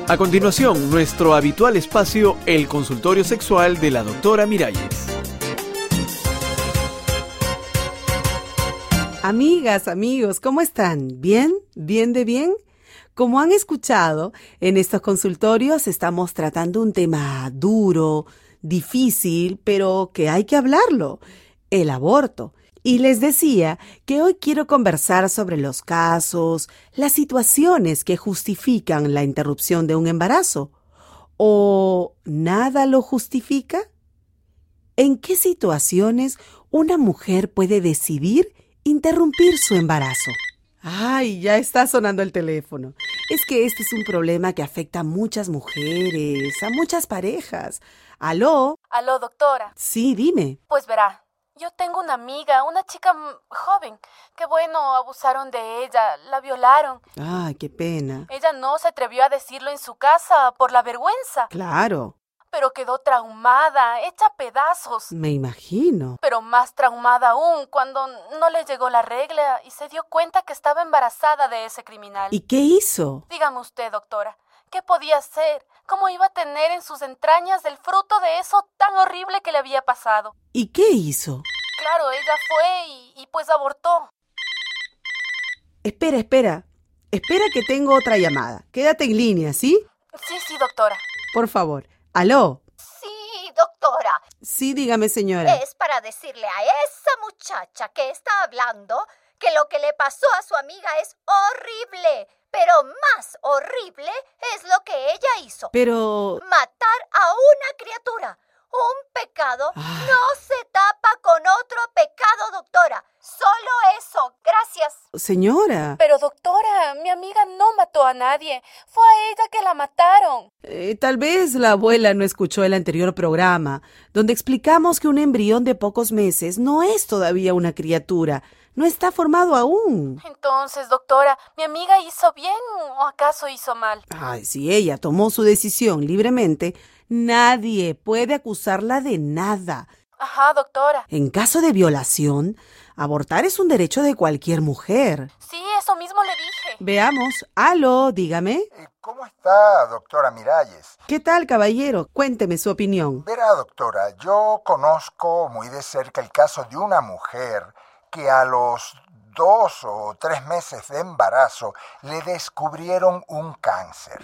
A continuación, nuestro habitual espacio, el consultorio sexual de la doctora Miralles. Amigas, amigos, ¿cómo están? ¿Bien? ¿Bien de bien? Como han escuchado, en estos consultorios estamos tratando un tema duro, difícil, pero que hay que hablarlo, el aborto. Y les decía que hoy quiero conversar sobre los casos, las situaciones que justifican la interrupción de un embarazo. ¿O nada lo justifica? ¿En qué situaciones una mujer puede decidir interrumpir su embarazo? Ay, ya está sonando el teléfono. Es que este es un problema que afecta a muchas mujeres, a muchas parejas. ¿Aló? Aló, doctora. Sí, dime. Pues verá, yo tengo una amiga, una chica joven, que bueno, abusaron de ella, la violaron. Ay, qué pena. Ella no se atrevió a decirlo en su casa por la vergüenza, Claro, pero quedó traumada, hecha pedazos. me imagino. Pero más traumada aún cuando no le llegó la regla y se dio cuenta que estaba embarazada de ese criminal. ¿Y qué hizo? Dígame usted, doctora, ¿qué podía hacer? ¿Cómo iba a tener en sus entrañas el fruto de eso tan horrible que le había pasado? ¿Y qué hizo? Claro, ella fue y pues abortó. Espera. Espera que tengo otra llamada. Quédate en línea, ¿sí? Sí, doctora. Por favor. ¿Aló? Sí, doctora. Sí, dígame, señora. Es para decirle a esa muchacha que está hablando que lo que le pasó a su amiga es horrible, pero más horrible es lo que ella hizo. Pero... Matar a una criatura. Un pecado no se tapa con otro pecado, doctora. Solo eso. Gracias. Señora. Pero doctora, mi amiga no mató a nadie. Fue a ella que la mataron. Tal vez la abuela no escuchó el anterior programa, donde explicamos que un embrión de pocos meses no es todavía una criatura. No está formado aún. Entonces, doctora, ¿mi amiga hizo bien o acaso hizo mal? Ay, si ella tomó su decisión libremente, nadie puede acusarla de nada. Ajá, doctora. En caso de violación, abortar es un derecho de cualquier mujer. Sí, eso mismo le dije. Veamos. Aló, dígame. ¿Cómo está, doctora Miralles? ¿Qué tal, caballero? Cuénteme su opinión. Verá, doctora, yo conozco muy de cerca el caso de una mujer que a los 2 o 3 meses de embarazo le descubrieron un cáncer,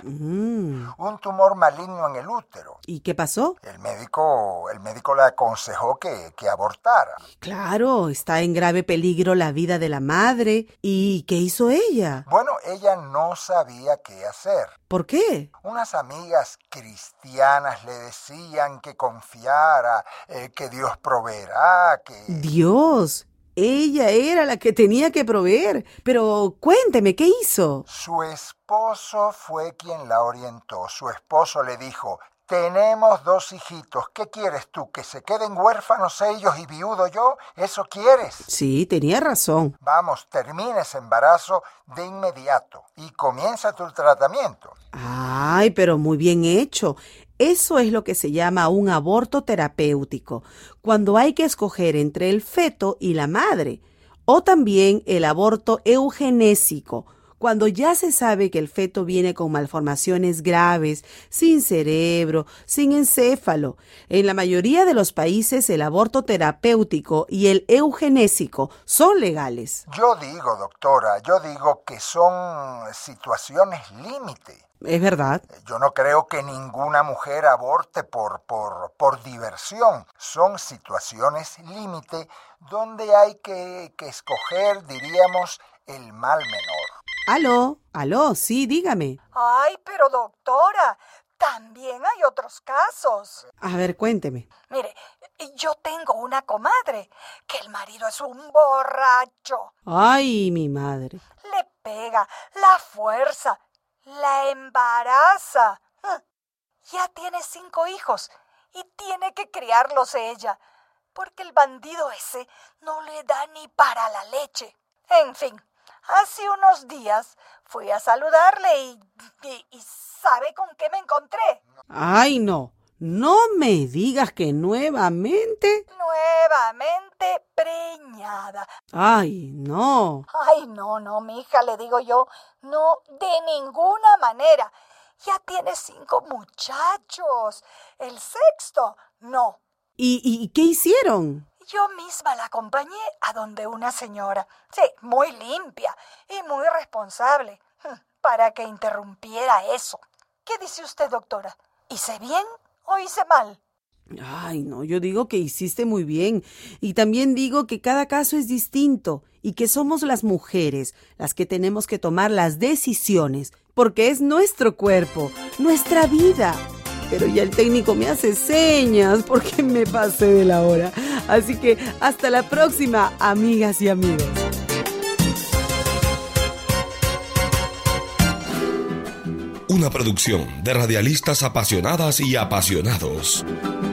un tumor maligno en el útero. ¿Y qué pasó? El médico le aconsejó que abortara. Claro, está en grave peligro la vida de la madre. ¿Y qué hizo ella? Bueno, ella no sabía qué hacer. ¿Por qué? Unas amigas cristianas le decían que confiara, que Dios proveerá, que... Dios, ella era la que tenía que proveer. Pero cuénteme, ¿qué hizo? Su esposo fue quien la orientó. Su esposo le dijo: tenemos 2 hijitos. ¿Qué quieres tú? ¿Que se queden huérfanos ellos y viudo yo? ¿Eso quieres? Sí, tenía razón. Vamos, termina ese embarazo de inmediato y comienza tu tratamiento. Ay, pero muy bien hecho. Eso es lo que se llama un aborto terapéutico, cuando hay que escoger entre el feto y la madre. O también el aborto eugenésico, cuando ya se sabe que el feto viene con malformaciones graves, sin cerebro, sin encéfalo. En la mayoría de los países el aborto terapéutico y el eugenésico son legales. Yo digo, doctora, que son situaciones límite. Es verdad. Yo no creo que ninguna mujer aborte por diversión. Son situaciones límite donde hay que escoger, diríamos, el mal menor. Aló, sí, dígame. Ay, pero doctora, también hay otros casos. A ver, cuénteme. Mire, yo tengo una comadre que el marido es un borracho. Ay, mi madre. Le pega, la fuerza, la embaraza. Ya tiene 5 hijos y tiene que criarlos ella, porque el bandido ese no le da ni para la leche. En fin, hace unos días fui a saludarle y ¿sabe con qué me encontré? Ay, no me digas que nuevamente. Nuevamente preñada. Ay, no. Ay, no, mija, le digo yo, no, de ninguna manera. Ya tiene 5 muchachos. El sexto, no. ¿Y qué hicieron? Yo misma la acompañé a donde una señora. Sí, muy limpia y muy responsable. Para que interrumpiera eso. ¿Qué dice usted, doctora? ¿Hice bien o hice mal? Ay, no, yo digo que hiciste muy bien. Y también digo que cada caso es distinto y que somos las mujeres las que tenemos que tomar las decisiones, porque es nuestro cuerpo, nuestra vida. Pero ya el técnico me hace señas porque me pasé de la hora. Así que hasta la próxima, amigas y amigos. Una producción de radialistas apasionadas y apasionados.